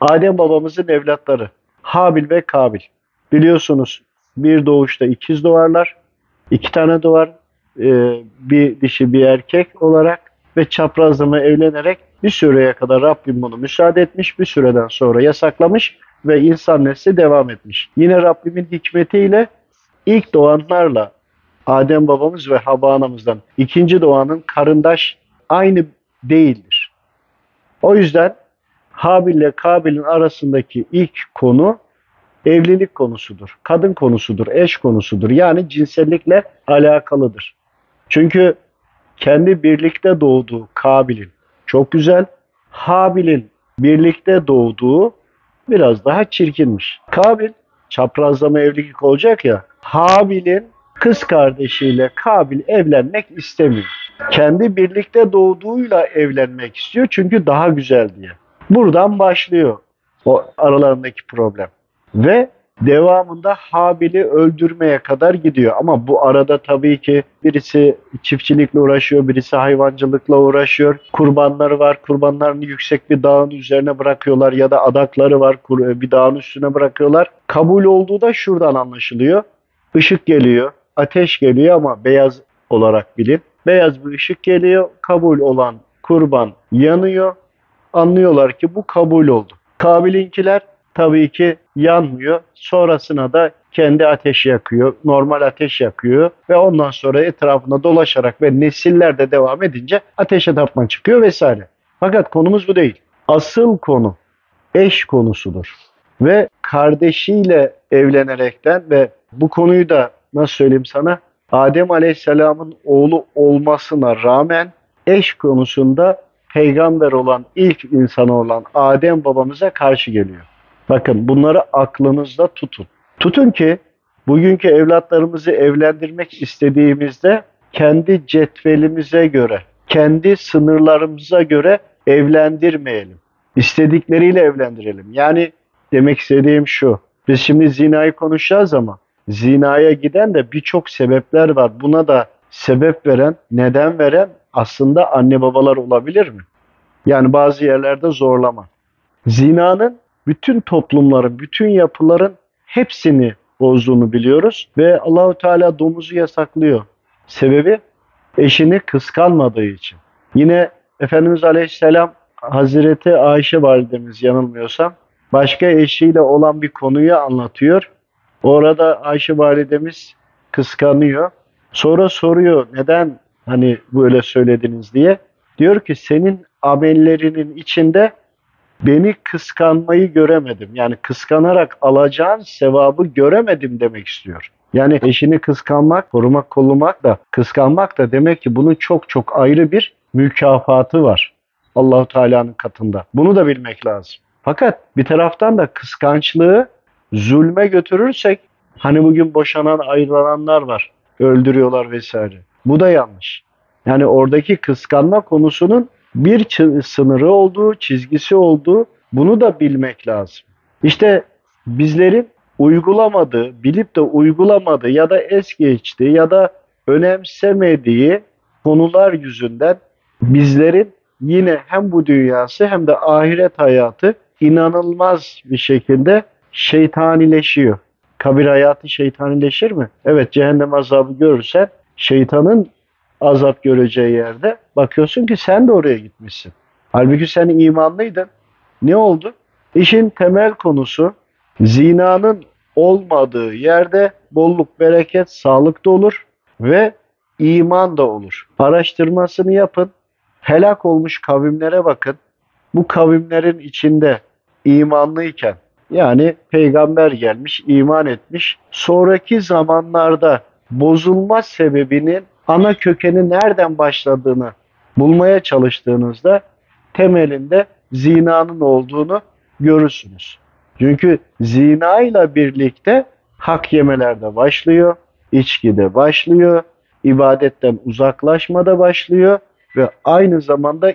Adem babamızın evlatları Habil ve Kabil. Biliyorsunuz bir doğuşta ikiz doğarlar. İki tane doğar. Bir dişi bir erkek olarak ve çaprazlama evlenerek bir süreye kadar Rabbim bunu müsaade etmiş. Bir süreden sonra yasaklamış ve insan nesli devam etmiş. Yine Rabbimin hikmetiyle ilk doğanlarla Adem babamız ve Havva anamızdan ikinci doğanın karındaş aynı değildir. O yüzden Habil ile Kabil'in arasındaki ilk konu evlilik konusudur. Kadın konusudur, eş konusudur. Yani cinsellikle alakalıdır. Çünkü kendi birlikte doğduğu Kabil'in çok güzel, Habil'in birlikte doğduğu biraz daha çirkinmiş. Kabil çaprazlama evlilik olacak ya, Habil'in kız kardeşiyle Kabil evlenmek istemiyor. Kendi birlikte doğduğuyla evlenmek istiyor çünkü daha güzel diye. Buradan başlıyor o aralarındaki problem. Ve devamında Habil'i öldürmeye kadar gidiyor. Ama bu arada tabii ki birisi çiftçilikle uğraşıyor, birisi hayvancılıkla uğraşıyor. Kurbanları var. Kurbanlarını yüksek bir dağın üzerine bırakıyorlar ya da adakları var. Bir dağın üstüne bırakıyorlar. Kabul olduğu da şuradan anlaşılıyor. Işık geliyor, ateş geliyor ama beyaz olarak bilin. Beyaz bir ışık geliyor, kabul olan kurban yanıyor. Anlıyorlar ki bu kabul oldu. Kabil'inkiler tabii ki yanmıyor. Sonrasına da kendi ateş yakıyor. Normal ateş yakıyor. Ve ondan sonra etrafında dolaşarak ve nesiller de devam edince ateşe tapma çıkıyor vesaire. Fakat konumuz bu değil. Asıl konu eş konusudur. Ve kardeşiyle evlenerekten ve bu konuyu da nasıl söyleyeyim sana? Adem Aleyhisselam'ın oğlu olmasına rağmen eş konusunda peygamber olan ilk insan olan Adem babamıza karşı geliyor. Bakın bunları aklınızda tutun. Tutun ki bugünkü evlatlarımızı evlendirmek istediğimizde kendi cetvelimize göre, kendi sınırlarımıza göre evlendirmeyelim. İstedikleriyle evlendirelim. Yani demek istediğim şu. Biz şimdi zinayı konuşacağız ama zinaya giden de birçok sebepler var. Buna da sebep veren, neden veren aslında anne babalar olabilir mi? Yani bazı yerlerde zorlama. Zinanın bütün toplumların, bütün yapıların hepsini bozduğunu biliyoruz ve Allahu Teala domuzu yasaklıyor. Sebebi eşini kıskanmadığı için. Yine Efendimiz Aleyhisselam Hazreti Ayşe validemiz yanılmıyorsam başka eşiyle olan bir konuyu anlatıyor. Orada Ayşe validemiz kıskanıyor. Sonra soruyor neden hani böyle söylediniz diye. Diyor ki senin amellerinin içinde beni kıskanmayı göremedim. Yani kıskanarak alacağın sevabı göremedim demek istiyor. Yani eşini kıskanmak, korumak, kollamak da kıskanmak da demek ki bunun çok çok ayrı bir mükafatı var Allahu Teala'nın katında. Bunu da bilmek lazım. Fakat bir taraftan da kıskançlığı zulme götürürsek hani bugün boşanan, ayrılanlar var. Öldürüyorlar vesaire. Bu da yanlış. Yani oradaki kıskanma konusunun bir sınırı olduğu, çizgisi olduğu bunu da bilmek lazım. İşte bizlerin uygulamadığı, bilip de uygulamadığı ya da es geçtiği ya da önemsemediği konular yüzünden bizlerin yine hem bu dünyası hem de ahiret hayatı inanılmaz bir şekilde şeytanileşiyor. Kabir hayatı şeytanileşir mi? Evet, cehennem azabı görürsen şeytanın azap göreceği yerde bakıyorsun ki sen de oraya gitmişsin. Halbuki sen imanlıydın. Ne oldu? İşin temel konusu zinanın olmadığı yerde bolluk, bereket, sağlık da olur ve iman da olur. Araştırmasını yapın. Helak olmuş kavimlere bakın. Bu kavimlerin içinde imanlıyken yani peygamber gelmiş, iman etmiş. Sonraki zamanlarda bozulma sebebinin ana kökeni nereden başladığını bulmaya çalıştığınızda temelinde zinanın olduğunu görürsünüz. Çünkü zina ile birlikte hak yemeler de başlıyor, içki de başlıyor, ibadetten uzaklaşma da başlıyor ve aynı zamanda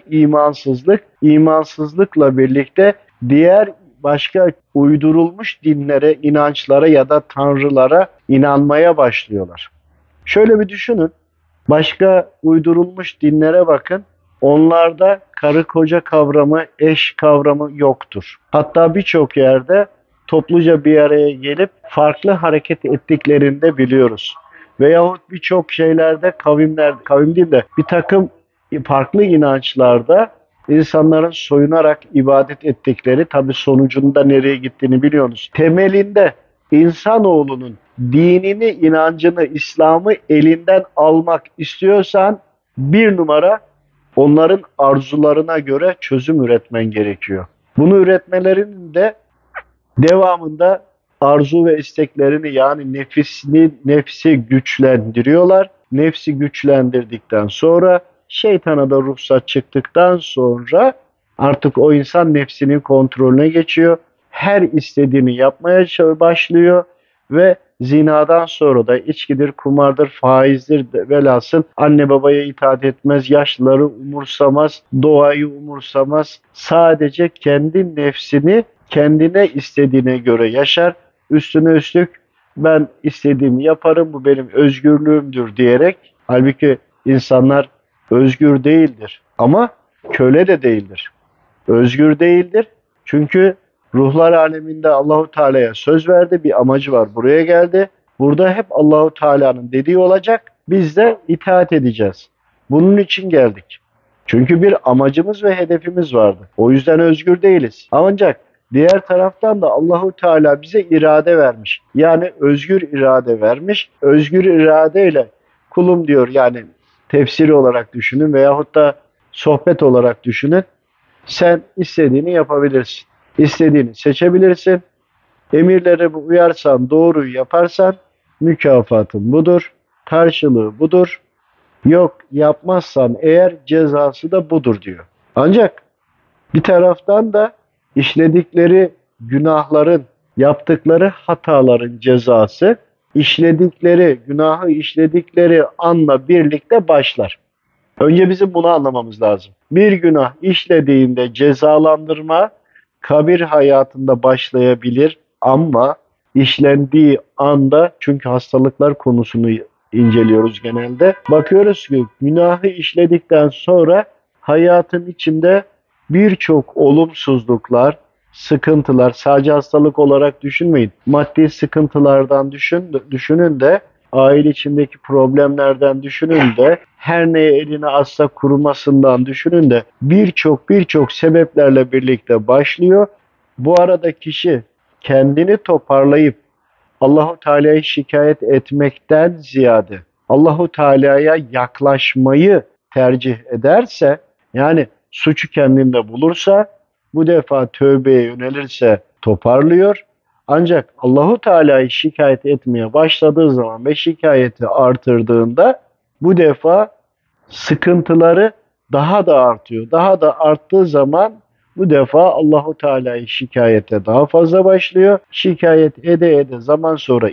imansızlıkla birlikte diğer başka uydurulmuş dinlere, inançlara ya da tanrılara inanmaya başlıyorlar. Şöyle bir düşünün. Başka uydurulmuş dinlere bakın. Onlarda karı koca kavramı, eş kavramı yoktur. Hatta birçok yerde topluca bir araya gelip farklı hareket ettiklerini de biliyoruz. Veyahut birçok şeylerde kavim değil de bir takım farklı inançlarda insanların soyunarak ibadet ettikleri, tabi sonucunda nereye gittiğini biliyorsunuz. Temelinde insanoğlunun dinini, inancını, İslam'ı elinden almak istiyorsan bir numara onların arzularına göre çözüm üretmen gerekiyor. Bunu üretmelerinin de devamında arzu ve isteklerini yani nefsi güçlendiriyorlar. Nefsi güçlendirdikten sonra şeytana da ruhsat çıktıktan sonra artık o insan nefsinin kontrolüne geçiyor. Her istediğini yapmaya başlıyor ve zinadan sonra da içkidir, kumardır, faizdir velhasıl anne babaya itaat etmez, yaşlıları umursamaz, doğayı umursamaz. Sadece kendi nefsini kendine istediğine göre yaşar. Üstüne üstlük ben istediğimi yaparım, bu benim özgürlüğümdür diyerek, halbuki insanlar özgür değildir ama köle de değildir. Özgür değildir. Çünkü ruhlar aleminde Allahu Teala'ya söz verdi, bir amacı var. Buraya geldi. Burada hep Allahu Teala'nın dediği olacak. Biz de itaat edeceğiz. Bunun için geldik. Çünkü bir amacımız ve hedefimiz vardı. O yüzden özgür değiliz. Ancak diğer taraftan da Allahu Teala bize irade vermiş. Yani özgür irade vermiş. Özgür iradeyle kulum diyor, yani tefsiri olarak düşünün veyahut da sohbet olarak düşünün. Sen istediğini yapabilirsin. İstediğini seçebilirsin. Emirlere uyarsan, doğruyu yaparsan mükafatın budur. Karşılığı budur. Yok yapmazsan eğer cezası da budur diyor. Ancak bir taraftan da işledikleri günahların, yaptıkları hataların cezası günahı işledikleri anla birlikte başlar. Önce bizim bunu anlamamız lazım. Bir günah işlediğinde cezalandırma kabir hayatında başlayabilir ama işlendiği anda, çünkü hastalıklar konusunu inceliyoruz genelde. Bakıyoruz ki günahı işledikten sonra hayatın içinde birçok olumsuzluklar, sıkıntılar, sadece hastalık olarak düşünmeyin. Maddi sıkıntılardan düşünün de, aile içindeki problemlerden düşünün de, her neye elini atsa kurumasından düşünün de birçok sebeplerle birlikte başlıyor. Bu arada kişi kendini toparlayıp Allahu Teala'yı şikayet etmekten ziyade Allahu Teala'ya yaklaşmayı tercih ederse, yani suçu kendinde bulursa, bu defa tövbeye yönelirse toparlıyor. Ancak Allahu Teala'yı şikayet etmeye başladığı zaman ve şikayeti artırdığında bu defa sıkıntıları daha da artıyor. Daha da arttığı zaman bu defa Allahu Teala'yı şikayete daha fazla başlıyor. Şikayet ede zaman sonra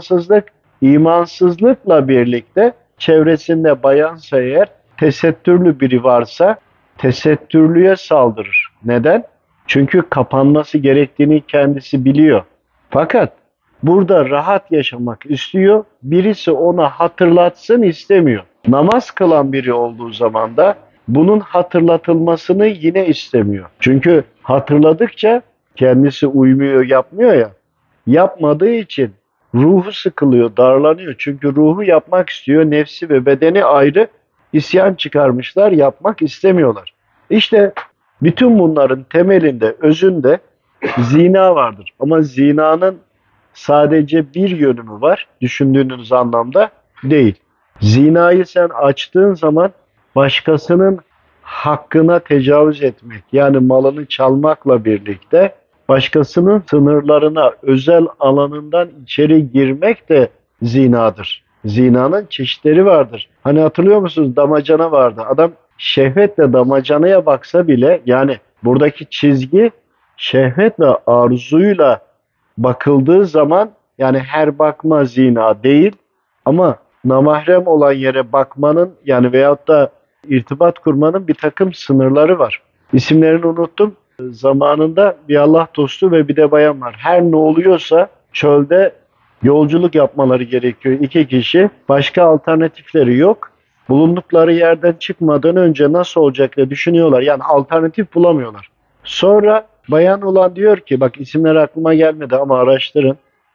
imansızlıkla birlikte çevresinde bayansa eğer, tesettürlü biri varsa tesettürlüye saldırır. Neden? Çünkü kapanması gerektiğini kendisi biliyor. Fakat burada rahat yaşamak istiyor. Birisi ona hatırlatsın istemiyor. Namaz kılan biri olduğu zaman da bunun hatırlatılmasını yine istemiyor. Çünkü hatırladıkça kendisi uymuyor, yapmıyor ya. Yapmadığı için ruhu sıkılıyor, darlanıyor. Çünkü ruhu yapmak istiyor. Nefsi ve bedeni ayrı isyan çıkarmışlar, yapmak istemiyorlar. İşte bütün bunların temelinde, özünde zina vardır. Ama zinanın sadece bir yönü mü var? Düşündüğünüz anlamda değil. Zinayı sen açtığın zaman başkasının hakkına tecavüz etmek, yani malını çalmakla birlikte başkasının sınırlarına, özel alanından içeri girmek de zinadır. Zinanın çeşitleri vardır. Hani hatırlıyor musunuz? Damacana vardı. Adam şehvetle damacanaya baksa bile, yani buradaki çizgi şehvet ve arzuyla bakıldığı zaman, yani her bakma zina değil ama namahrem olan yere bakmanın, yani veyahut da irtibat kurmanın bir takım sınırları var. İsimlerini unuttum. Zamanında bir Allah dostu ve bir de bayan var. Her ne oluyorsa çölde yolculuk yapmaları gerekiyor. İki kişi. Başka alternatifleri yok. Bulundukları yerden çıkmadan önce nasıl olacak diye düşünüyorlar. Yani alternatif bulamıyorlar. Sonra bayan olan diyor ki, bak isimler aklıma gelmedi ama araştırın.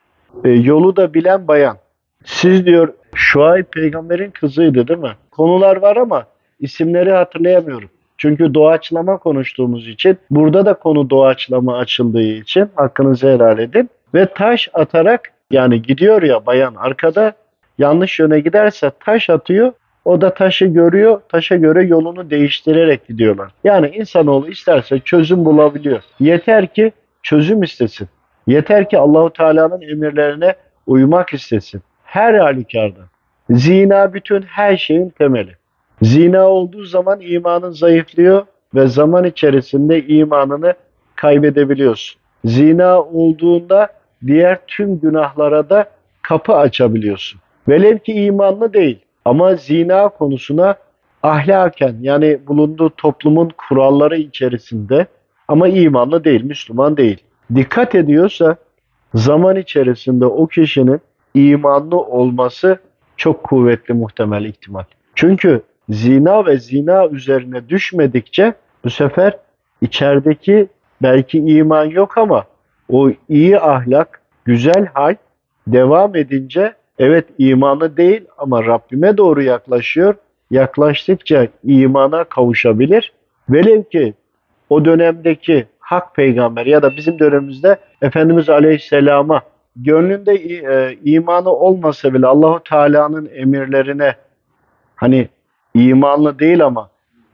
Yolu da bilen bayan. Siz diyor Şuayb peygamberin kızıydı değil mi? Konular var ama isimleri hatırlayamıyorum. Çünkü doğaçlama konuştuğumuz için, burada da konu doğaçlama açıldığı için hakkınızı helal edin. Ve taş atarak, yani gidiyor ya bayan arkada, yanlış yöne giderse taş atıyor. O da taşı görüyor. Taşa göre yolunu değiştirerek gidiyorlar. Yani insanoğlu isterse çözüm bulabiliyor. Yeter ki çözüm istesin. Yeter ki Allahu Teala'nın emirlerine uymak istesin. Her halükarda. Zina bütün her şeyin temeli. Zina olduğu zaman imanın zayıflıyor ve zaman içerisinde imanını kaybedebiliyorsun. Zina olduğunda diğer tüm günahlara da kapı açabiliyorsun. Velev ki imanlı değil ama zina konusuna ahlaken, yani bulunduğu toplumun kuralları içerisinde, ama imanlı değil, Müslüman değil, dikkat ediyorsa zaman içerisinde o kişinin imanlı olması çok kuvvetli muhtemel ihtimal. Çünkü zina ve zina üzerine düşmedikçe bu sefer içerideki belki iman yok ama o iyi ahlak, güzel hal devam edince, evet imanı değil ama Rabbime doğru yaklaşıyor. Yaklaştıkça imana kavuşabilir. Velev ki o dönemdeki hak peygamber ya da bizim dönemimizde Efendimiz Aleyhisselam'a gönlünde imanı olmasa bile Allahu Teala'nın emirlerine, hani imanlı değil ama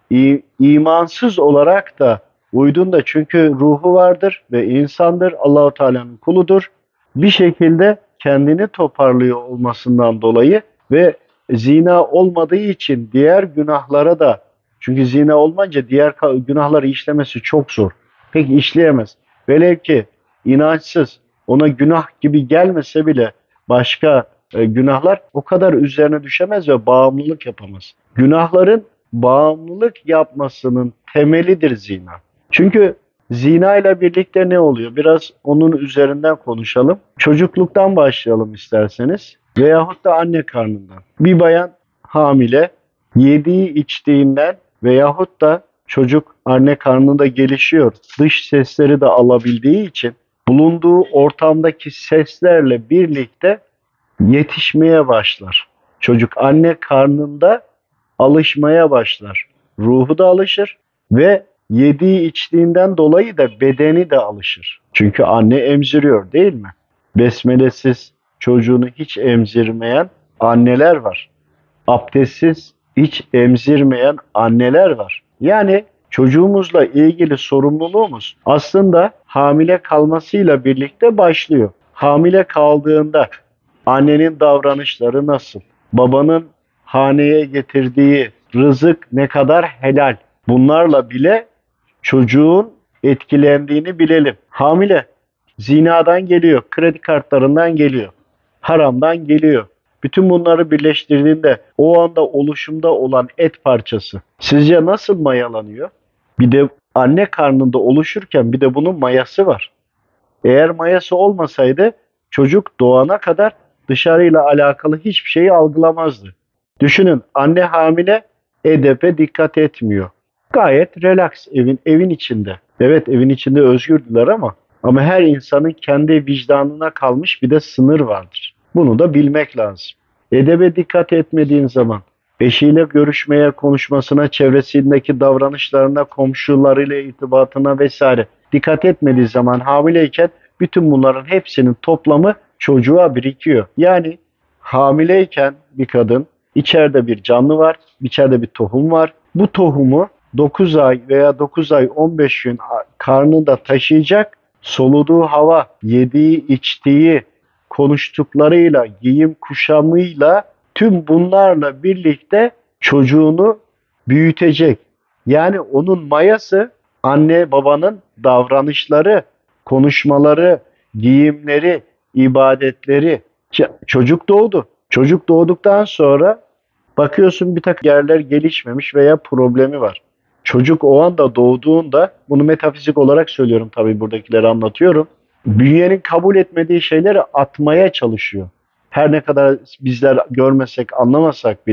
imansız olarak da uyduğunda, çünkü ruhu vardır ve insandır, Allahu Teala'nın kuludur. Bir şekilde kendini toparlıyor olmasından dolayı ve zina olmadığı için diğer günahlara da, çünkü zina olmayınca diğer günahları işlemesi çok zor. Pek işleyemez. Velev ki inançsız, ona günah gibi gelmese bile başka günahlar o kadar üzerine düşemez ve bağımlılık yapamaz. Günahların bağımlılık yapmasının temelidir zina. Çünkü zina ile birlikte ne oluyor? Biraz onun üzerinden konuşalım. Çocukluktan başlayalım isterseniz. Veyahut da anne karnından. Bir bayan hamile, yediği içtiğinden veyahut da çocuk anne karnında gelişiyor. Dış sesleri de alabildiği için bulunduğu ortamdaki seslerle birlikte yetişmeye başlar. Çocuk anne karnında alışmaya başlar. Ruhu da alışır ve yediği içtiğinden dolayı da bedeni de alışır. Çünkü anne emziriyor değil mi? Besmelesiz çocuğunu hiç emzirmeyen anneler var. Abdestsiz hiç emzirmeyen anneler var. Yani çocuğumuzla ilgili sorumluluğumuz aslında hamile kalmasıyla birlikte başlıyor. Hamile kaldığında annenin davranışları nasıl? Babanın haneye getirdiği rızık ne kadar helal? Bunlarla bile çocuğun etkilendiğini bilelim. Hamile zinadan geliyor, kredi kartlarından geliyor, haramdan geliyor. Bütün bunları birleştirdiğinde o anda oluşumda olan et parçası sizce nasıl mayalanıyor? Bir de anne karnında oluşurken bir de bunun mayası var. Eğer mayası olmasaydı çocuk doğana kadar dışarıyla alakalı hiçbir şeyi algılamazdı. Düşünün, anne hamile, edepe dikkat etmiyor. Gayet relax evin içinde. Evet, evin içinde özgürdüler ama her insanın kendi vicdanına kalmış bir de sınır vardır. Bunu da bilmek lazım. Edebe dikkat etmediğin zaman eşiyle görüşmeye, konuşmasına, çevresindeki davranışlarına, komşularıyla irtibatına vesaire dikkat etmediği zaman hamileyken bütün bunların hepsinin toplamı çocuğa birikiyor. Yani hamileyken bir kadın, içeride bir canlı var, içeride bir tohum var. Bu tohumu 9 ay veya 9 ay 15 gün karnında taşıyacak. Soluduğu hava, yediği, içtiği, konuştuklarıyla, giyim kuşamıyla, tüm bunlarla birlikte çocuğunu büyütecek. Yani onun mayası anne babanın davranışları, konuşmaları, giyimleri, ibadetleri. Çocuk doğdu. Çocuk doğduktan sonra bakıyorsun bir takım yerler gelişmemiş veya problemi var. Çocuk o anda doğduğunda, bunu metafizik olarak söylüyorum tabii, buradakileri anlatıyorum. Bünyenin kabul etmediği şeyleri atmaya çalışıyor. Her ne kadar bizler görmesek, anlamasak bile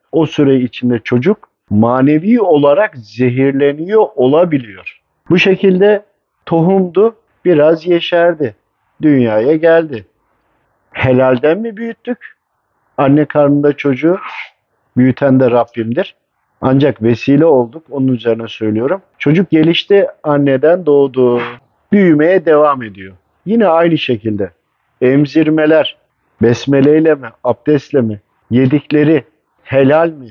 o süre içinde çocuk manevi olarak zehirleniyor olabiliyor. Bu şekilde tohumdu, biraz yeşerdi, dünyaya geldi. Helalden mi büyüttük? Anne karnında çocuğu büyüten de Rabbimdir. Ancak vesile olduk, onun üzerine söylüyorum. Çocuk gelişti, anneden doğdu. Büyümeye devam ediyor. Yine aynı şekilde emzirmeler, besmeleyle mi, abdestle mi, yedikleri helal mi?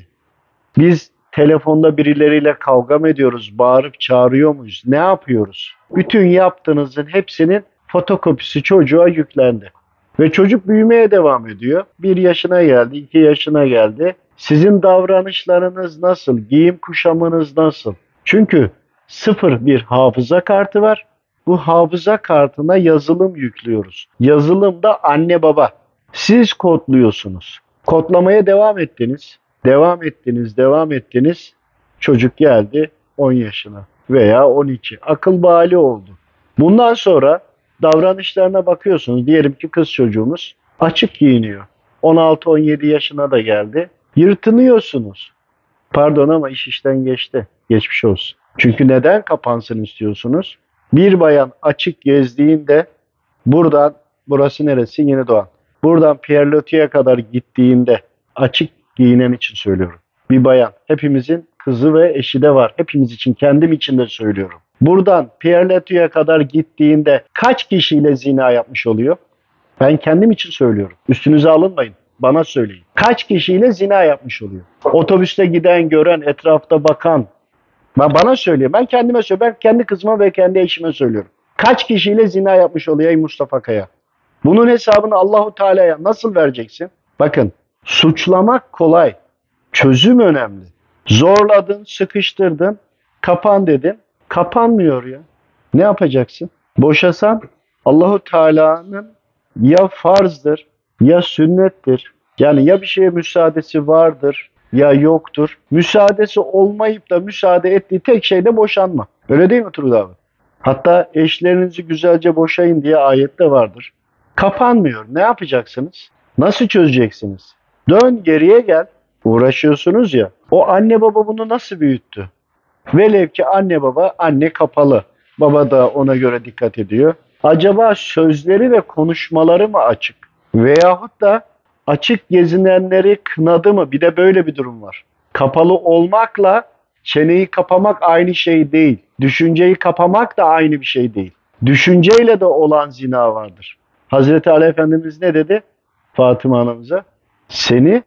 Biz telefonda birileriyle kavga mı ediyoruz, bağırıp çağırıyor muyuz? Ne yapıyoruz? Bütün yaptığınızın hepsinin fotokopisi çocuğa yüklendi. Ve çocuk büyümeye devam ediyor. 1 yaşına geldi, 2 yaşına geldi. Sizin davranışlarınız nasıl? Giyim kuşamınız nasıl? Çünkü sıfır bir hafıza kartı var. Bu hafıza kartına yazılım yüklüyoruz. Yazılım da anne baba. Siz kodluyorsunuz. Kodlamaya devam ettiniz. Devam ettiniz, devam ettiniz. Çocuk geldi 10 yaşına veya 12. Akıl bali oldu. Bundan sonra davranışlarına bakıyorsunuz. Diyelim ki kız çocuğumuz açık giyiniyor. 16-17 yaşına da geldi. Yırtınıyorsunuz. Pardon ama iş işten geçti. Geçmiş olsun. Çünkü neden kapansın istiyorsunuz? Bir bayan açık gezdiğinde buradan, burası neresi? Yeni Doğan. Buradan Pierre Loti'ye kadar gittiğinde açık giyinen için söylüyorum. Bir bayan. Hepimizin kızı ve eşi de var. Hepimiz için, kendim için de söylüyorum. Buradan Pierre Loti'ye kadar gittiğinde kaç kişiyle zina yapmış oluyor? Ben kendim için söylüyorum. Üstünüze alınmayın. Bana söyleyin. Kaç kişiyle zina yapmış oluyor? Otobüste giden, gören, etrafta bakan. Bana söylüyor. Ben kendime söylüyorum. Ben kendi kızıma ve kendi eşime söylüyorum. Kaç kişiyle zina yapmış oluyor ey Mustafa Kaya? Bunun hesabını Allahu Teala'ya nasıl vereceksin? Bakın, suçlamak kolay. Çözüm önemli. Zorladın, sıkıştırdın, kapan dedin. Kapanmıyor ya. Ne yapacaksın? Boşasan Allahu Teala'nın ya farzdır ya sünnettir. Yani ya bir şeye müsaadesi vardır ya yoktur. Müsaadesi olmayıp da müsaade ettiği tek şey de boşanma. Öyle değil mi Turgut abi? Hatta eşlerinizi güzelce boşayın diye ayette vardır. Kapanmıyor. Ne yapacaksınız? Nasıl çözeceksiniz? Dön geriye gel. Uğraşıyorsunuz ya. O anne baba bunu nasıl büyüttü? Velev ki anne baba, anne kapalı. Baba da ona göre dikkat ediyor. Acaba sözleri ve konuşmaları mı açık? Veyahut da açık gezinenleri kınadı mı? Bir de böyle bir durum var. Kapalı olmakla çeneyi kapamak aynı şey değil. Düşünceyi kapamak da aynı bir şey değil. Düşünceyle de olan zina vardır. Hazreti Ali Efendimiz ne dedi Fatıma anamıza? Seni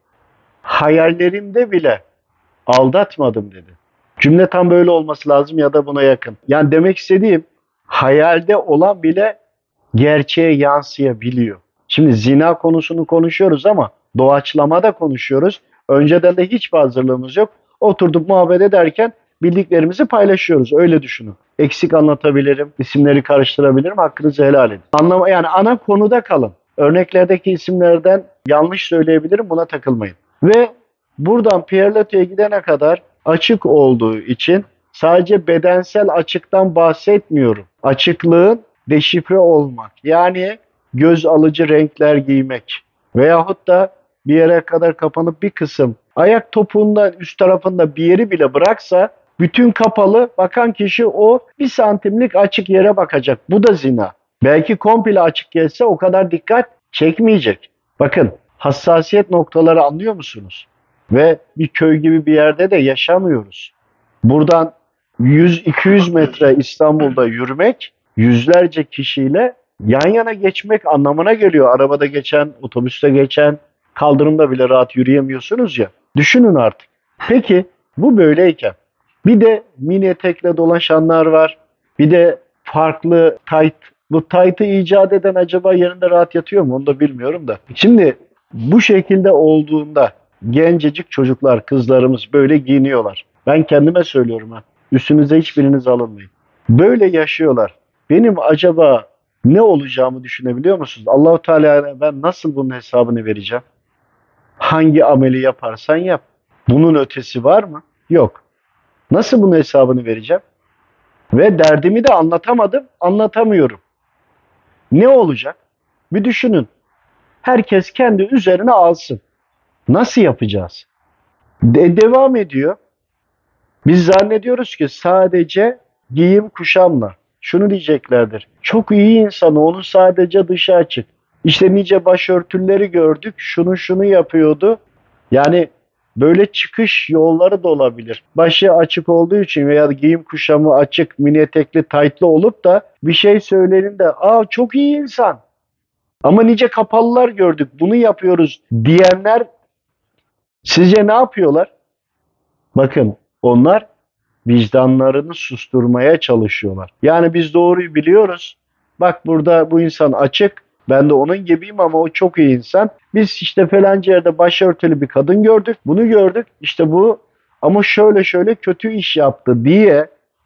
hayallerimde bile aldatmadım dedi. Cümle tam böyle olması lazım ya da buna yakın. Yani demek istediğim hayalde olan bile gerçeğe yansıyabiliyor. Şimdi zina konusunu konuşuyoruz ama doğaçlama da konuşuyoruz. Önceden de hiçbir hazırlığımız yok. Oturduk muhabbet ederken bildiklerimizi paylaşıyoruz. Öyle düşünün. Eksik anlatabilirim, isimleri karıştırabilirim. Hakkınızı helal edin. Yani ana konuda kalın. Örneklerdeki isimlerden yanlış söyleyebilirim. Buna takılmayın. Ve buradan Pierre Loti'ye gidene kadar açık olduğu için sadece bedensel açıktan bahsetmiyorum. Açıklığın deşifre olmak. Yani göz alıcı renkler giymek. Veyahut da bir yere kadar kapanıp bir kısım ayak topuğundan üst tarafında bir yeri bile bıraksa bütün kapalı bakan kişi o 1 santimlik açık yere bakacak. Bu da zina. Belki komple açık gelse o kadar dikkat çekmeyecek. Bakın hassasiyet noktaları anlıyor musunuz? Ve bir köy gibi bir yerde de yaşamıyoruz. Buradan 100-200 metre İstanbul'da yürümek yüzlerce kişiyle yan yana geçmek anlamına geliyor. Arabada geçen, otobüste geçen, kaldırımda bile rahat yürüyemiyorsunuz ya. Düşünün artık. Peki bu böyleyken bir de mini etekle dolaşanlar var. Bir de farklı tayt. Bu taytı icat eden acaba yerinde rahat yatıyor mu? Onu da bilmiyorum da. Şimdi bu şekilde olduğunda gencecik çocuklar, kızlarımız böyle giyiniyorlar. Ben kendime söylüyorum ha. Üstünüze hiçbiriniz alınmayın. Böyle yaşıyorlar. Benim acaba ne olacağımı düşünebiliyor musunuz? Allahu Teala'ya ben nasıl bunun hesabını vereceğim? Hangi ameli yaparsan yap. Bunun ötesi var mı? Yok. Nasıl bunun hesabını vereceğim? Ve derdimi de anlatamadım, anlatamıyorum. Ne olacak? Bir düşünün. Herkes kendi üzerine alsın. Nasıl yapacağız? Devam ediyor. Biz zannediyoruz ki sadece giyim kuşamla. Şunu diyeceklerdir. Çok iyi insan, onun sadece dışı açık. İşte nice başörtüleri gördük, şunu yapıyordu. Yani böyle çıkış yolları da olabilir. Başı açık olduğu için veya giyim kuşamı açık, mini etekli, taytlı olup da bir şey söylenin de aa çok iyi insan. Ama nice kapalılar gördük, bunu yapıyoruz diyenler sizce ne yapıyorlar? Bakın onlar vicdanlarını susturmaya çalışıyorlar. Yani biz doğruyu biliyoruz. Bak burada bu insan açık. Ben de onun gibiyim ama o çok iyi insan. Biz işte falanca yerde başörtülü bir kadın gördük. Bunu gördük. İşte bu ama şöyle kötü iş yaptı diye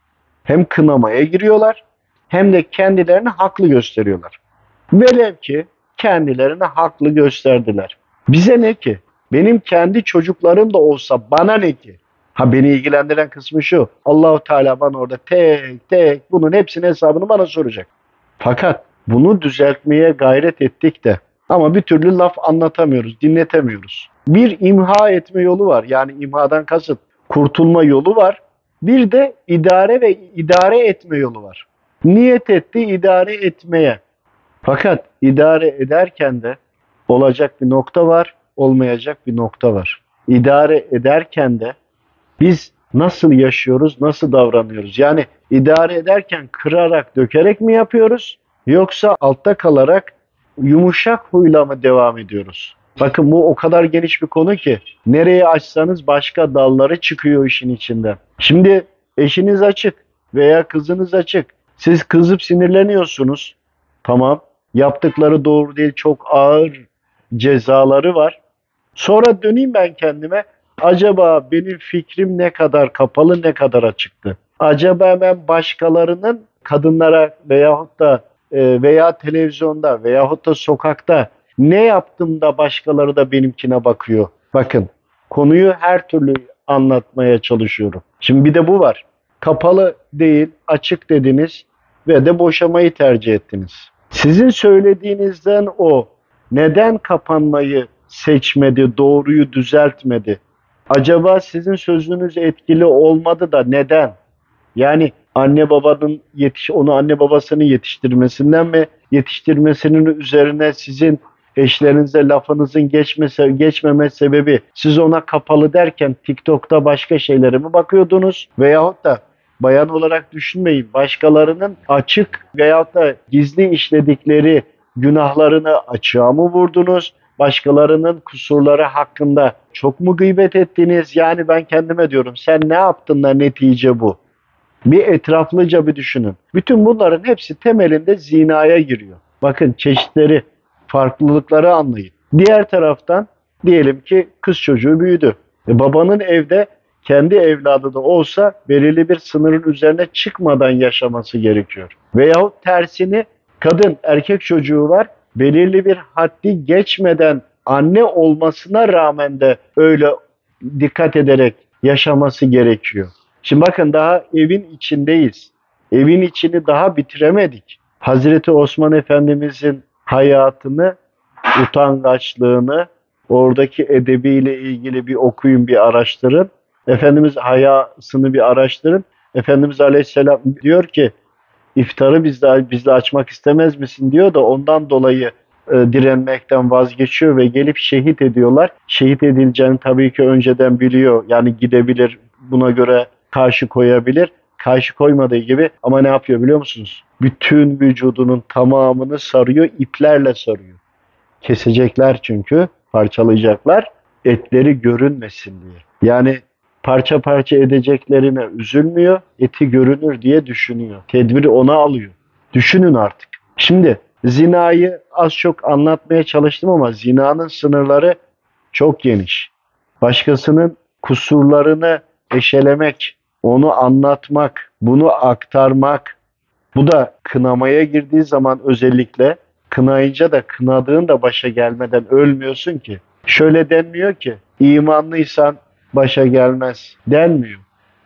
hem kınamaya giriyorlar hem de kendilerini haklı gösteriyorlar. Velev ki kendilerini haklı gösterdiler. Bize ne ki? Benim kendi çocuklarım da olsa bana ne ki? Ha beni ilgilendiren kısmı şu. Allahu Teala bana orada tek tek bunun hepsinin hesabını bana soracak. Fakat bunu düzeltmeye gayret ettik de ama bir türlü laf anlatamıyoruz, dinletemiyoruz. Bir imha etme yolu var. Yani imhadan kasıt kurtulma yolu var. Bir de idare ve idare etme yolu var. Niyet etti idare etmeye. Fakat idare ederken de olacak bir nokta var, olmayacak bir nokta var. İdare ederken de biz nasıl yaşıyoruz, nasıl davranıyoruz? Yani idare ederken kırarak, dökerek mi yapıyoruz? Yoksa altta kalarak yumuşak huyla mı devam ediyoruz? Bakın bu o kadar geniş bir konu ki nereye açsanız başka dalları çıkıyor işin içinden. Şimdi eşiniz açık veya kızınız açık. Siz kızıp sinirleniyorsunuz. Tamam. Yaptıkları doğru değil, çok ağır cezaları var. Sonra döneyim ben kendime. Acaba benim fikrim ne kadar kapalı, ne kadar açıktı? Acaba ben başkalarının kadınlara veyahut da veya televizyonda veyahut da sokakta ne yaptım da başkaları da benimkine bakıyor? Bakın, konuyu her türlü anlatmaya çalışıyorum. Şimdi bir de bu var. Kapalı değil, açık dediniz ve de boşamayı tercih ettiniz. Sizin söylediğinizden o neden kapanmayı seçmedi, doğruyu düzeltmedi? Acaba sizin sözünüz etkili olmadı da neden? Yani anne babanın onu anne babasının yetiştirmesinden mi, yetiştirmesinin üzerine sizin eşlerinize lafınızın geçmeme sebebi siz ona kapalı derken TikTok'ta başka şeylere mi bakıyordunuz? Veyahut da bayan olarak düşünmeyin, başkalarının açık veyahut da gizli işledikleri günahlarını açığa mı vurdunuz? Başkalarının kusurları hakkında çok mu gıybet ettiniz? Yani ben kendime diyorum sen ne yaptın da netice bu? Bir etraflıca bir düşünün. Bütün bunların hepsi temelinde zinaya giriyor. Bakın çeşitleri, farklılıkları anlayın. Diğer taraftan diyelim ki kız çocuğu büyüdü. Babanın evde kendi evladı da olsa belirli bir sınırın üzerine çıkmadan yaşaması gerekiyor. Veyahut tersini kadın erkek çocuğu var belirli bir haddi geçmeden anne olmasına rağmen de öyle dikkat ederek yaşaması gerekiyor. Şimdi bakın daha evin içindeyiz. Evin içini daha bitiremedik. Hazreti Osman Efendimizin hayatını, utangaçlığını, oradaki edebiyle ilgili bir okuyun, bir araştırın. Efendimiz hayasını bir araştırın. Efendimiz Aleyhisselam diyor ki iftarı bizle açmak istemez misin diyor da ondan dolayı direnmekten vazgeçiyor ve gelip şehit ediyorlar. Şehit edileceğini tabii ki önceden biliyor. Yani gidebilir, buna göre karşı koyabilir. Karşı koymadığı gibi ama ne yapıyor biliyor musunuz? Bütün vücudunun tamamını sarıyor, iplerle sarıyor. Kesecekler çünkü, parçalayacaklar. Etleri görünmesin diye. Yani parça parça edeceklerine üzülmüyor, eti görünür diye düşünüyor. Tedbiri ona alıyor. Düşünün artık. Şimdi zinayı az çok anlatmaya çalıştım ama zinanın sınırları çok geniş. Başkasının kusurlarını eşelemek, onu anlatmak, bunu aktarmak, bu da kınamaya girdiği zaman özellikle kınayınca da kınadığın da başa gelmeden ölmüyorsun ki. Şöyle denmiyor ki imanlıysan başa gelmez denmiyor.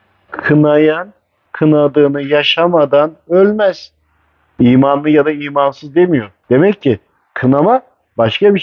Kınayan kınadığını yaşamadan ölmez. İmanlı ya da imansız demiyor. Demek ki kınama başka bir şey.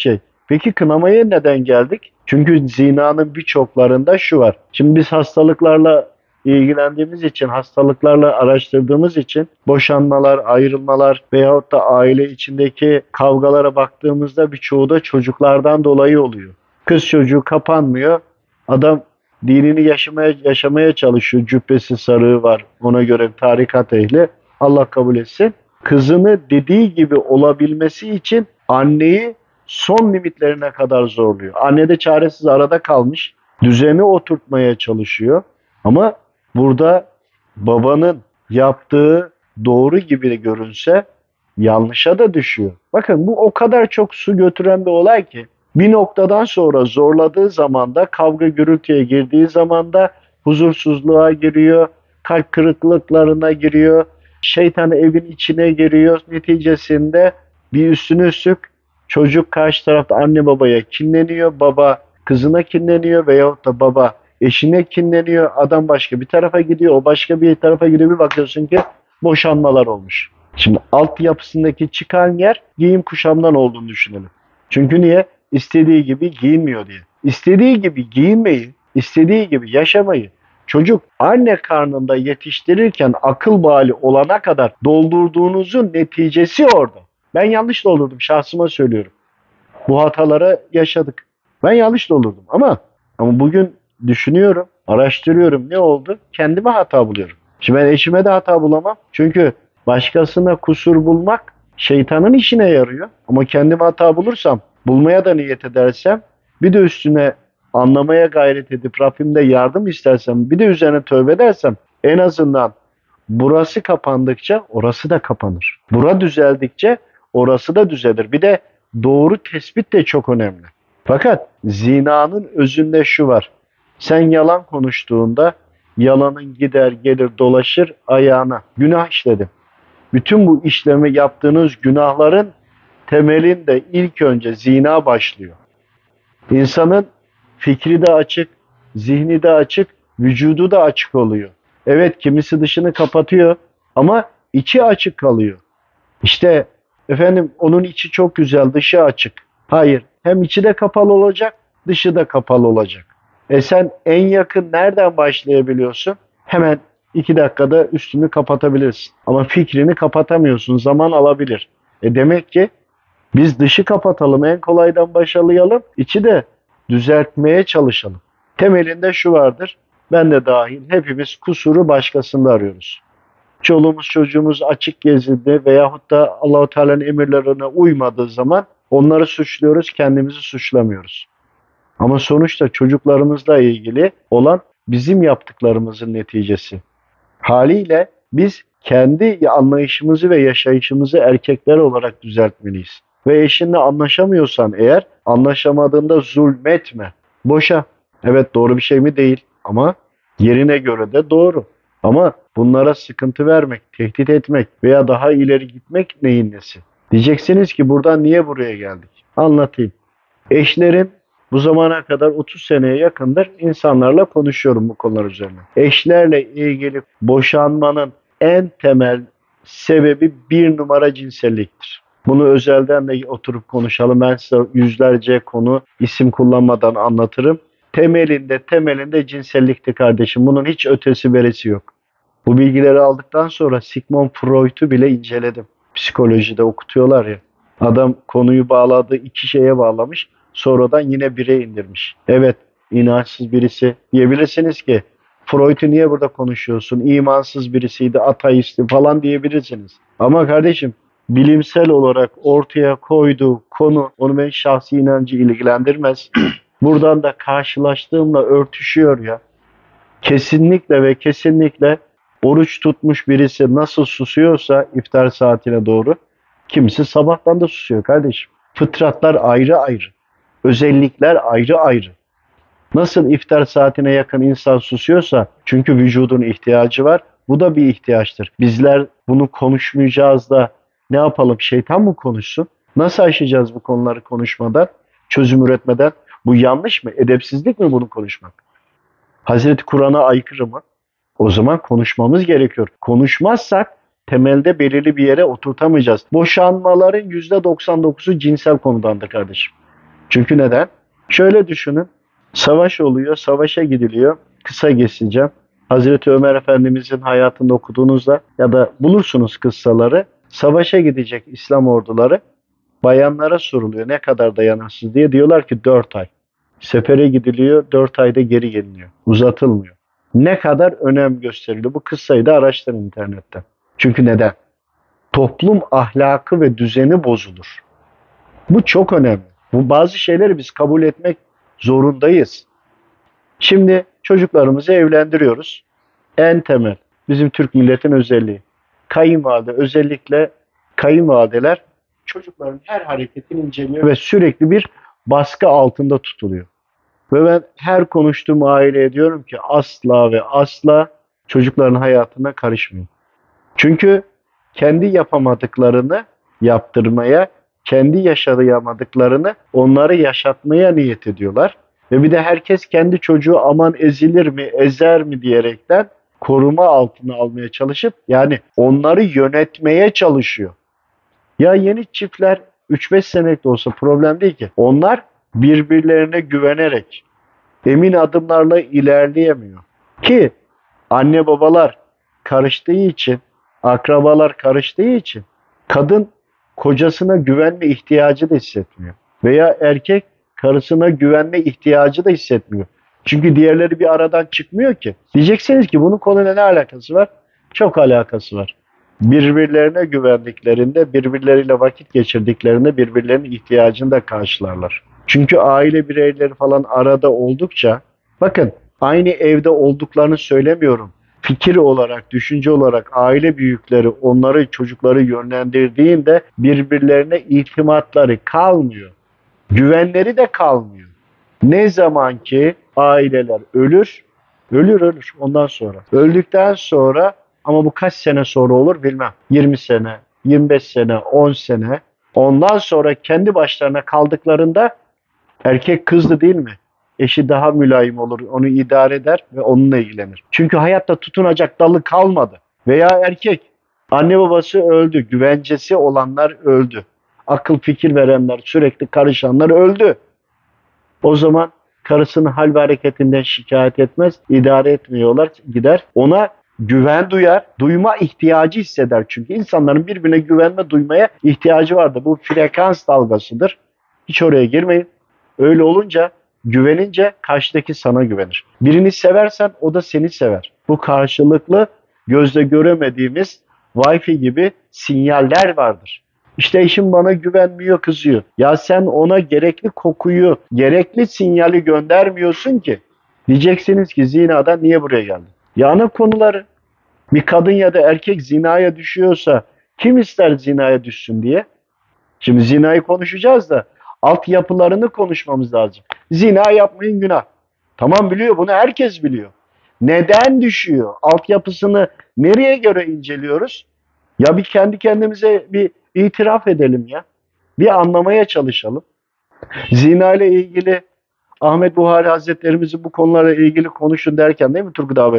Peki kınamaya neden geldik? Çünkü zinanın birçoklarında şu var. Şimdi biz hastalıklarla ilgilendiğimiz için, hastalıklarla araştırdığımız için boşanmalar, ayrılmalar veyahut da aile içindeki kavgalara baktığımızda birçoğu da çocuklardan dolayı oluyor. Kız çocuğu kapanmıyor. Adam dinini yaşamaya çalışıyor. Cübbesi sarığı var. Ona göre tarikat ehli. Allah kabul etsin. Kızını dediği gibi olabilmesi için anneyi son limitlerine kadar zorluyor. Anne de çaresiz arada kalmış. Düzeni oturtmaya çalışıyor. Ama burada babanın yaptığı doğru gibi görünse yanlışa da düşüyor. Bakın bu o kadar çok su götüren bir olay ki bir noktadan sonra zorladığı zaman da kavga gürültüye girdiği zaman da huzursuzluğa giriyor, kalp kırıklıklarına giriyor, şeytan evin içine giriyor. Neticesinde bir üstüne üstlük çocuk karşı tarafta anne babaya kinleniyor, baba kızına kinleniyor veyahut da baba eşine kinleniyor, adam başka bir tarafa gidiyor, o başka bir tarafa gidiyor, bir bakıyorsun ki boşanmalar olmuş. Şimdi altyapısındaki çıkan yer giyim kuşamdan olduğunu düşünelim. Çünkü niye? İstediği gibi giyinmiyor diye. İstediği gibi giyinmeyi, istediği gibi yaşamayı çocuk anne karnında yetiştirirken akıl bali olana kadar doldurduğunuzun neticesi orada. Ben yanlış doldurdum, şahsıma söylüyorum. Bu hataları yaşadık. Ben yanlış doldurdum ama bugün düşünüyorum, araştırıyorum, ne oldu? Kendime hata buluyorum. Şimdi ben eşime de hata bulamam. Çünkü başkasına kusur bulmak şeytanın işine yarıyor. Ama kendime hata bulursam, bulmaya da niyet edersem, bir de üstüne anlamaya gayret edip Rabbimde yardım istersem, bir de üzerine tövbe edersem, en azından burası kapandıkça orası da kapanır. Bura düzeldikçe orası da düzelir. Bir de doğru tespit de çok önemli. Fakat zinanın özünde şu var. Sen yalan konuştuğunda yalanın gider gelir dolaşır ayağına. Günah işledim. Bütün bu işlemi yaptığınız günahların temelinde ilk önce zina başlıyor. İnsanın fikri de açık, zihni de açık, vücudu da açık oluyor. Evet, kimisi dışını kapatıyor ama içi açık kalıyor. İşte efendim onun içi çok güzel, dışı açık. Hayır, hem içi de kapalı olacak, dışı da kapalı olacak. Sen en yakın nereden başlayabiliyorsun? Hemen 2 dakikada üstünü kapatabilirsin. Ama fikrini kapatamıyorsun, zaman alabilir. Demek ki biz dışı kapatalım, en kolaydan başlayalım, içi de düzeltmeye çalışalım. Temelinde şu vardır, ben de dahil hepimiz kusuru başkasında arıyoruz. Çoluğumuz çocuğumuz açık gezildi veyahut da Allahu Teala'nın emirlerine uymadığı zaman onları suçluyoruz, kendimizi suçlamıyoruz. Ama sonuçta çocuklarımızla ilgili olan bizim yaptıklarımızın neticesi. Haliyle biz kendi anlayışımızı ve yaşayışımızı erkekler olarak düzeltmeliyiz. Ve eşinle anlaşamıyorsan eğer, anlaşamadığında zulmetme. Boşa. Evet, doğru bir şey mi? Değil. Ama yerine göre de doğru. Ama bunlara sıkıntı vermek, tehdit etmek veya daha ileri gitmek neyin nesi? Diyeceksiniz ki buradan niye buraya geldik? Anlatayım. Eşlerin bu zamana kadar 30 seneye yakındır insanlarla konuşuyorum bu konular üzerine. Eşlerle ilgili boşanmanın en temel sebebi bir numara cinselliktir. Bunu özelden de oturup konuşalım. Ben size yüzlerce konu isim kullanmadan anlatırım. Temelinde cinsellikti kardeşim. Bunun hiç ötesi beresi yok. Bu bilgileri aldıktan sonra Sigmund Freud'u bile inceledim. Psikolojide okutuyorlar ya. Adam konuyu bağladığı 2 şeye bağlamış. Sonradan yine 1'e indirmiş. Evet, inançsız birisi diyebilirsiniz ki Freud'u niye burada konuşuyorsun? İmansız birisiydi, ateisti falan diyebilirsiniz. Ama kardeşim, bilimsel olarak ortaya koyduğu konu onu benim şahsi inancı ilgilendirmez. Buradan da karşılaştığımla örtüşüyor ya. Kesinlikle ve kesinlikle oruç tutmuş birisi nasıl susuyorsa iftar saatine doğru, kimisi sabahtan da susuyor kardeşim. Fıtratlar ayrı ayrı. Özellikler ayrı ayrı. Nasıl iftar saatine yakın insan susuyorsa çünkü vücudun ihtiyacı var. Bu da bir ihtiyaçtır. Bizler bunu konuşmayacağız da ne yapalım? Şeytan mı konuşsun? Nasıl aşacağız bu konuları konuşmadan, çözüm üretmeden? Bu yanlış mı? Edepsizlik mi bunu konuşmak? Hazreti Kur'an'a aykırı mı? O zaman konuşmamız gerekiyor. Konuşmazsak temelde belirli bir yere oturtamayacağız. Boşanmaların %99'u cinsel konudandır kardeşim. Çünkü neden? Şöyle düşünün. Savaş oluyor, savaşa gidiliyor. Kısa geçeceğim. Hazreti Ömer Efendimizin hayatında okuduğunuzda ya da bulursunuz kıssaları. Savaşa gidecek İslam orduları bayanlara soruluyor ne kadar dayanırsınız diye. Diyorlar ki 4 ay. Sefere gidiliyor, 4 ayda geri geliniyor. Uzatılmıyor. Ne kadar önem gösteriliyor. Bu kıssayı da araştırın internetten. Çünkü neden? Toplum ahlakı ve düzeni bozulur. Bu çok önemli. Bu bazı şeyleri biz kabul etmek zorundayız. Şimdi çocuklarımızı evlendiriyoruz. En temel bizim Türk milletin özelliği. Kayınvalide, özellikle kayınvalideler çocukların her hareketini inceliyor ve sürekli bir baskı altında tutuluyor. Ve ben her konuştuğum aileye diyorum ki asla ve asla çocukların hayatına karışmayın. Çünkü kendi yapamadıklarını yaptırmaya, kendi yaşayamadıklarını onları yaşatmaya niyet ediyorlar. Ve bir de herkes kendi çocuğu aman ezilir mi, ezer mi diyerekten koruma altına almaya çalışıp yani onları yönetmeye çalışıyor. Ya yeni çiftler 3-5 senelik de olsa problem değil ki. Onlar birbirlerine güvenerek emin adımlarla ilerleyemiyor. Ki anne babalar karıştığı için, akrabalar karıştığı için kadın kocasına güvenme ihtiyacı da hissetmiyor. Veya erkek karısına güvenme ihtiyacı da hissetmiyor. Çünkü diğerleri bir aradan çıkmıyor ki. Diyeceksiniz ki bunun konuyla ne alakası var? Çok alakası var. Birbirlerine güvendiklerinde, birbirleriyle vakit geçirdiklerinde birbirlerinin ihtiyacını da karşılarlar. Çünkü aile bireyleri falan arada oldukça, bakın aynı evde olduklarını söylemiyorum. Fikir olarak, düşünce olarak aile büyükleri onları, çocukları yönlendirdiğinde birbirlerine itimatları kalmıyor. Güvenleri de kalmıyor. Ne zaman ki aileler ölür ondan sonra. Öldükten sonra ama bu kaç sene sonra olur bilmem. 20 sene, 25 sene, 10 sene. Ondan sonra kendi başlarına kaldıklarında erkek kızdı değil mi? Eşi daha mülayim olur, onu idare eder ve onunla ilgilenir. Çünkü hayatta tutunacak dalı kalmadı. Veya erkek, anne babası öldü, güvencesi olanlar öldü. Akıl fikir verenler, sürekli karışanlar öldü. O zaman karısının hal ve hareketinden şikayet etmez, idare etmiyorlar, gider. Ona güven duyar, duyma ihtiyacı hisseder. Çünkü insanların birbirine güvenme, duymaya ihtiyacı vardır. Bu frekans dalgasıdır. Hiç oraya girmeyin. Öyle olunca, güvenince karşıdaki sana güvenir. Birini seversen o da seni sever. Bu karşılıklı gözle göremediğimiz Wi-Fi gibi sinyaller vardır. İşte eşim bana güvenmiyor, kızıyor. Ya sen ona gerekli kokuyu, gerekli sinyali göndermiyorsun ki. Diyeceksiniz ki zinadan niye buraya geldin? Ya ana konuları. Bir kadın ya da erkek zinaya düşüyorsa kim ister zinaya düşsün diye? Şimdi zinayı konuşacağız da altyapılarını konuşmamız lazım. Zina yapmayın günah. Tamam biliyor, bunu herkes biliyor. Neden düşüyor? Altyapısını nereye göre inceliyoruz? Ya bir kendi kendimize bir itiraf edelim ya. Bir anlamaya çalışalım. Zina ile ilgili Ahmet Buhari Hazretlerimizin bu konularla ilgili konuşun derken değil mi Turgut abi?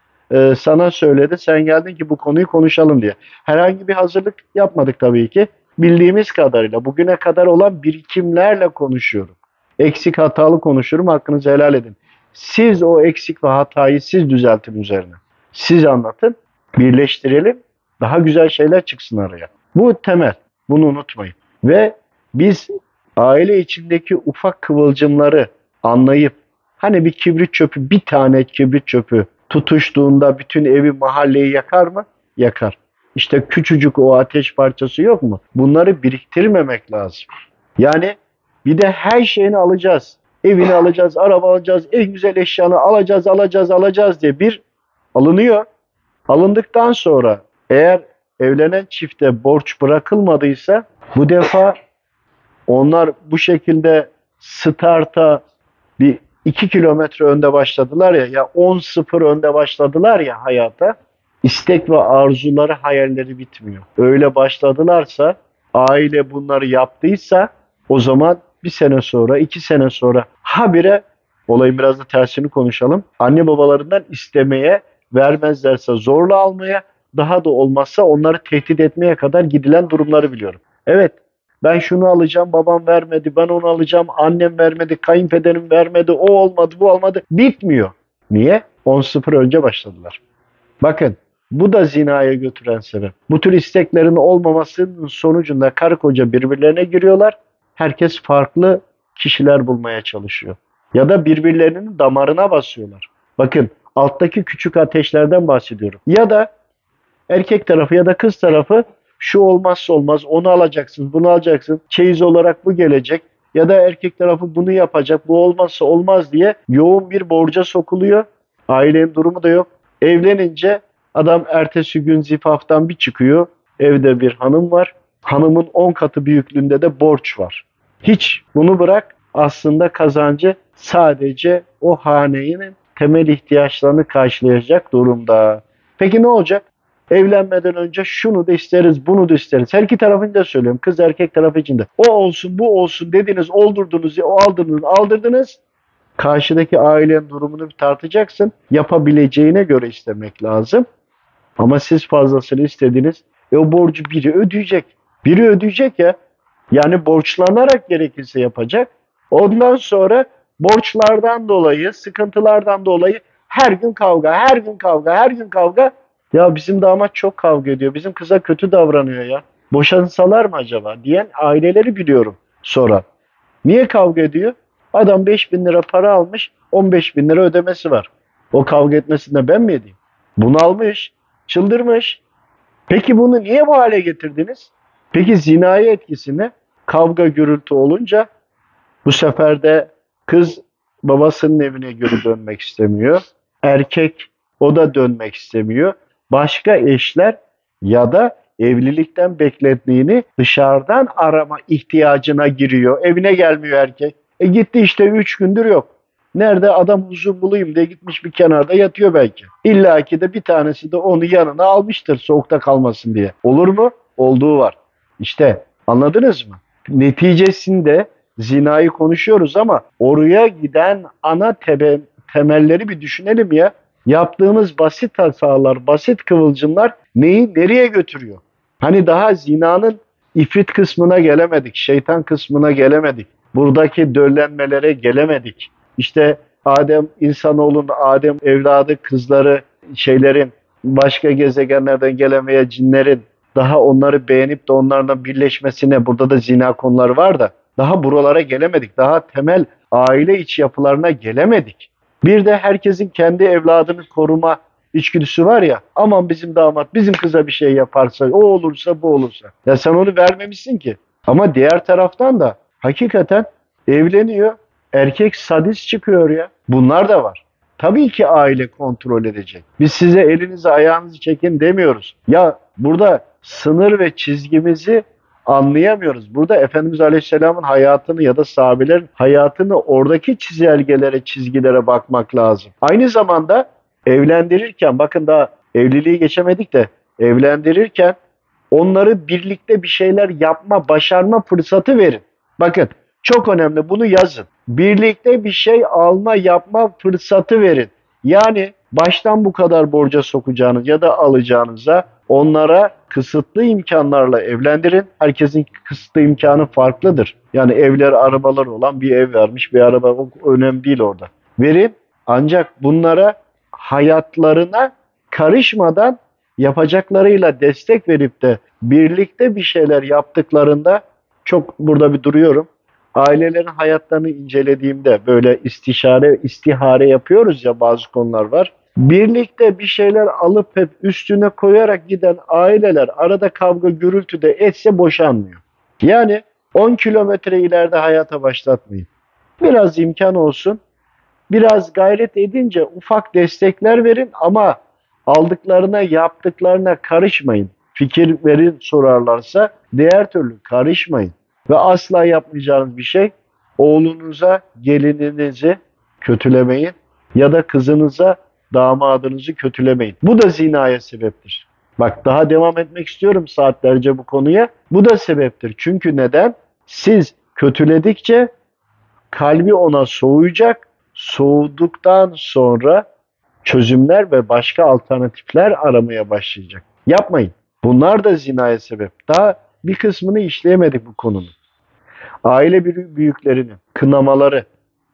Sana söyledi. Sen geldin ki bu konuyu konuşalım diye. Herhangi bir hazırlık yapmadık tabii ki. Bildiğimiz kadarıyla bugüne kadar olan birikimlerle konuşuyorum. Eksik hatalı konuşurum. Hakkınızı helal edin. Siz o eksik ve hatayı siz düzeltin üzerine. Siz anlatın. Birleştirelim. Daha güzel şeyler çıksın araya. Bu temel. Bunu unutmayın. Ve biz aile içindeki ufak kıvılcımları anlayıp hani bir kibrit çöpü, bir tane kibrit çöpü tutuştuğunda bütün evi, mahalleyi yakar mı? Yakar. İşte küçücük o ateş parçası yok mu? Bunları biriktirmemek lazım. Yani bir de her şeyini alacağız. Evini alacağız, araba alacağız, en güzel eşyanı alacağız diye bir alınıyor. Alındıktan sonra eğer evlenen çifte borç bırakılmadıysa bu defa onlar bu şekilde starta bir 2 kilometre önde başladılar ya 10-0 önde başladılar ya hayata. İstek ve arzuları, hayalleri bitmiyor. Öyle başladılarsa, aile bunları yaptıysa o zaman bir sene sonra, 2 sene sonra habire, olayın biraz da tersini konuşalım. Anne babalarından istemeye, vermezlerse zorla almaya, daha da olmazsa onları tehdit etmeye kadar gidilen durumları biliyorum. Evet, Ben şunu alacağım, babam vermedi, ben onu alacağım, annem vermedi, kayınpederim vermedi, o olmadı, bu olmadı. Bitmiyor. Niye? 10-0 önce başladılar. Bakın, bu da zinaya götüren sebep. Bu tür isteklerin olmamasının sonucunda karı koca birbirlerine giriyorlar. Herkes farklı kişiler bulmaya çalışıyor. Ya da birbirlerinin damarına basıyorlar. Bakın, alttaki küçük ateşlerden bahsediyorum. Ya da erkek tarafı ya da kız tarafı şu olmazsa olmaz, onu alacaksın, bunu alacaksın, çeyiz olarak bu gelecek. Ya da erkek tarafı bunu yapacak, bu olmazsa olmaz diye yoğun bir borca sokuluyor. Ailenin durumu da yok. Evlenince adam ertesi gün zifaftan bir çıkıyor. Evde bir hanım var. Hanımın 10 katı büyüklüğünde de borç var. Hiç bunu bırak, aslında kazancı sadece o hanenin temel ihtiyaçlarını karşılayacak durumda. Peki ne olacak? Evlenmeden önce şunu da isteriz, bunu da isteriz. Her iki tarafını da söylüyorum. Kız erkek tarafı için de. O olsun, bu olsun dediniz, oldurdunuz, o aldırdınız. Karşıdaki ailenin durumunu bir tartacaksın. Yapabileceğine göre istemek lazım. Ama siz fazlasını istediniz. O borcu biri ödeyecek. Biri ödeyecek ya. Yani borçlanarak gerekirse yapacak. Ondan sonra borçlardan dolayı, sıkıntılardan dolayı her gün kavga, her gün kavga, her gün kavga. Ya bizim damat çok kavga ediyor. Bizim kıza kötü davranıyor ya. Boşansalar mı acaba diyen aileleri biliyorum sonra. Niye kavga ediyor? Adam 5.000 lira para almış, 15.000 lira ödemesi var. O kavga etmesinde ben mi edeyim? Bunalmış, çıldırmış. Peki bunu niye bu hale getirdiniz? Peki zinaya etkisini kavga gürültü olunca bu sefer de kız babasının evine geri dönmek istemiyor. Erkek o da dönmek istemiyor. Başka eşler ya da evlilikten beklediğini dışarıdan arama ihtiyacına giriyor. Evine gelmiyor erkek. Gitti işte 3 gündür yok. Nerede adam huzur bulayım diye gitmiş bir kenarda yatıyor belki. İlla ki de bir tanesi de onu yanına almıştır soğukta kalmasın diye. Olur mu? Olduğu var. İşte anladınız mı? Neticesinde zinayı konuşuyoruz ama oraya giden ana temelleri bir düşünelim ya. Yaptığımız basit hatalar, basit kıvılcımlar neyi nereye götürüyor? Hani daha zinanın ifrit kısmına gelemedik, şeytan kısmına gelemedik. Buradaki döllenmelere gelemedik. İşte Adem insanoğlunun Adem evladı kızları şeylerin başka gezegenlerden gelemeye cinlerin daha onları beğenip de onlarla birleşmesine burada da zina konuları var da daha buralara gelemedik. Daha temel aile iç yapılarına gelemedik. Bir de herkesin kendi evladını koruma içgüdüsü var ya, aman bizim damat bizim kıza bir şey yaparsa, o olursa bu olursa. Ya sen onu vermemişsin ki. Ama diğer taraftan da hakikaten evleniyor, erkek sadist çıkıyor ya. Bunlar da var. Tabii ki aile kontrol edecek. Biz size elinizi ayağınızı çekin demiyoruz. Ya burada sınır ve çizgimizi anlayamıyoruz. Burada Efendimiz Aleyhisselam'ın hayatını ya da sahabelerin hayatını oradaki çizelgelere, çizgilere bakmak lazım. Aynı zamanda evlendirirken, bakın daha evliliği geçemedik de evlendirirken onları birlikte bir şeyler yapma, başarma fırsatı verin. Bakın çok önemli, bunu yazın. Birlikte bir şey alma, yapma fırsatı verin. Yani baştan bu kadar borca sokacağınız ya da alacağınıza onlara kısıtlı imkanlarla evlendirin. Herkesin kısıtlı imkanı farklıdır. Yani evler, arabalar olan bir ev vermiş, bir araba, o önemli değil orada. Verin, ancak bunlara hayatlarına karışmadan yapacaklarıyla destek verip de birlikte bir şeyler yaptıklarında, çok burada bir duruyorum. Ailelerin hayatlarını incelediğimde böyle istihare yapıyoruz ya, bazı konular var. Birlikte bir şeyler alıp hep üstüne koyarak giden aileler arada kavga gürültü de etse boşanmıyor. Yani 10 kilometre ileride hayata başlatmayın. Biraz imkan olsun. Biraz gayret edince ufak destekler verin ama aldıklarına, yaptıklarına karışmayın. Fikir verin sorarlarsa, diğer türlü karışmayın. Ve asla yapmayacağınız bir şey, oğlunuza gelininizi kötülemeyin ya da kızınıza damadınızı kötülemeyin. Bu da zinaya sebeptir. Bak, daha devam etmek istiyorum saatlerce bu konuya. Bu da sebeptir. Çünkü neden? Siz kötüledikçe kalbi ona soğuyacak. Soğuduktan sonra çözümler ve başka alternatifler aramaya başlayacak. Yapmayın. Bunlar da zinaya sebep. Daha bir kısmını işleyemedik bu konunun. Aile büyüklerini kınamaları,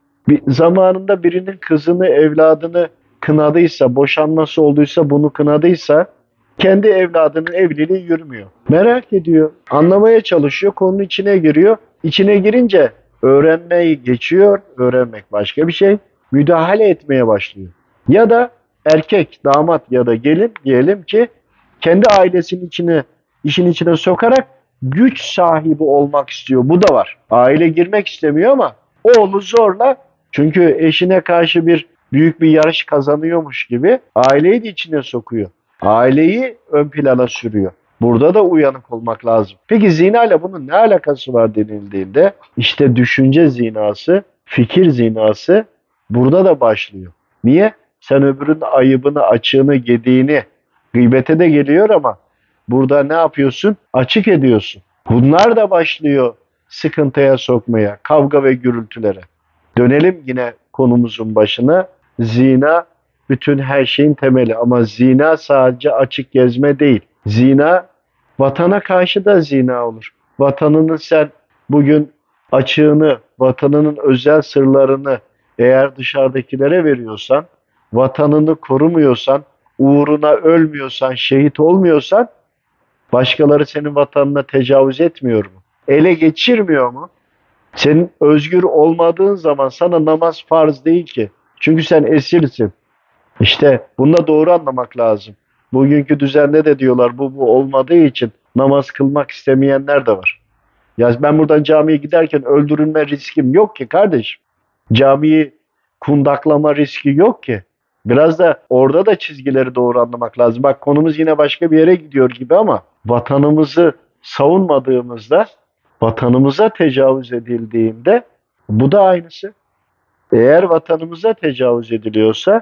zamanında birinin kızını, evladını kınadıysa, boşanması olduysa, bunu kınadıysa kendi evladının evliliği yürümüyor. Merak ediyor, anlamaya çalışıyor, konunun içine giriyor. İçine girince öğrenmeyi geçiyor, öğrenmek başka bir şey. Müdahale etmeye başlıyor. Ya da erkek, damat ya da gelin diyelim ki kendi ailesinin işin içine sokarak güç sahibi olmak istiyor. Bu da var. Aile girmek istemiyor ama oğlu zorla, çünkü eşine karşı büyük bir yarış kazanıyormuş gibi aileyi de içine sokuyor. Aileyi ön plana sürüyor. Burada da uyanık olmak lazım. Peki zina ile bunun ne alakası var denildiğinde işte düşünce zinası, fikir zinası burada da başlıyor. Niye? Sen öbürünün ayıbını, açığını, gediğini, gıybete de geliyor ama burada ne yapıyorsun? Açık ediyorsun. Bunlar da başlıyor sıkıntıya sokmaya, kavga ve gürültülere. Dönelim yine konumuzun başına. Zina bütün her şeyin temeli ama zina sadece açık gezme değil. Zina vatana karşı da zina olur. Vatanını sen bugün açığını, vatanının özel sırlarını eğer dışarıdakilere veriyorsan, vatanını korumuyorsan, uğruna ölmüyorsan, şehit olmuyorsan başkaları senin vatanına tecavüz etmiyor mu? Ele geçirmiyor mu? Senin özgür olmadığın zaman sana namaz farz değil ki. Çünkü sen esirsin. İşte bunu da doğru anlamak lazım. Bugünkü düzende de diyorlar bu olmadığı için namaz kılmak istemeyenler de var. Ya ben buradan camiye giderken öldürülme riskim yok ki kardeşim. Camiyi kundaklama riski yok ki. Biraz da orada da çizgileri doğru anlamak lazım. Bak konumuz yine başka bir yere gidiyor gibi ama vatanımızı savunmadığımızda, vatanımıza tecavüz edildiğinde bu da aynısı. Eğer vatanımıza tecavüz ediliyorsa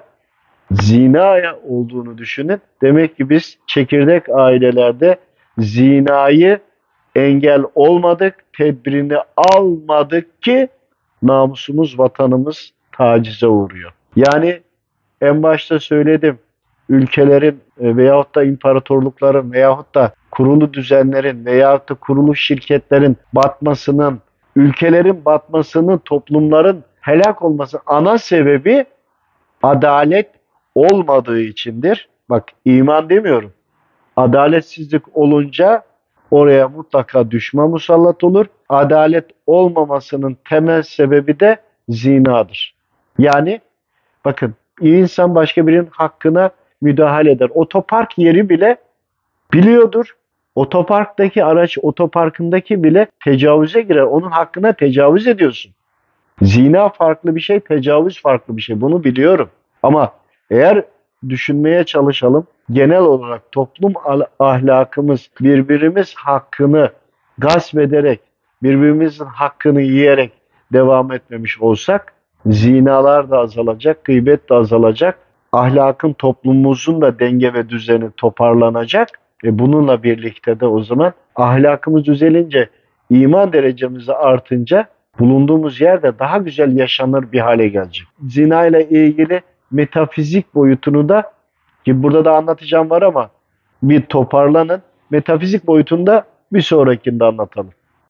zina olduğunu düşünün. Demek ki biz çekirdek ailelerde zinayı engel olmadık, tedbirini almadık ki namusumuz, vatanımız tacize uğruyor. Yani en başta söyledim, ülkelerin veyahut da imparatorlukların veyahut da kurulu düzenlerin veyahut da kurulu şirketlerin batmasının, ülkelerin batmasının, toplumların helak olmasının ana sebebi adalet olmadığı içindir. Bak iman demiyorum. Adaletsizlik olunca oraya mutlaka düşman musallat olur. Adalet olmamasının temel sebebi de zinadır. Yani bakın insan başka birinin hakkına müdahale eder. Otopark yeri bile biliyordur. Otoparktaki araç otoparkındaki bile tecavüze girer. Onun hakkına tecavüz ediyorsun. Zina farklı bir şey, tecavüz farklı bir şey. Bunu biliyorum. Ama eğer düşünmeye çalışalım, genel olarak toplum ahlakımız birbirimiz hakkını gasp ederek, birbirimizin hakkını yiyerek devam etmemiş olsak zinalar da azalacak, gıybet de azalacak, ahlakın toplumumuzun da denge ve düzeni toparlanacak. Bununla birlikte de o zaman ahlakımız düzelince, iman derecemiz artınca bulunduğumuz yerde daha güzel yaşanır bir hale gelecek. Zina ile ilgili metafizik boyutunu da, ki burada da anlatacağım var ama bir toparlanın. Metafizik boyutunda bir sonrakinde anlatalım.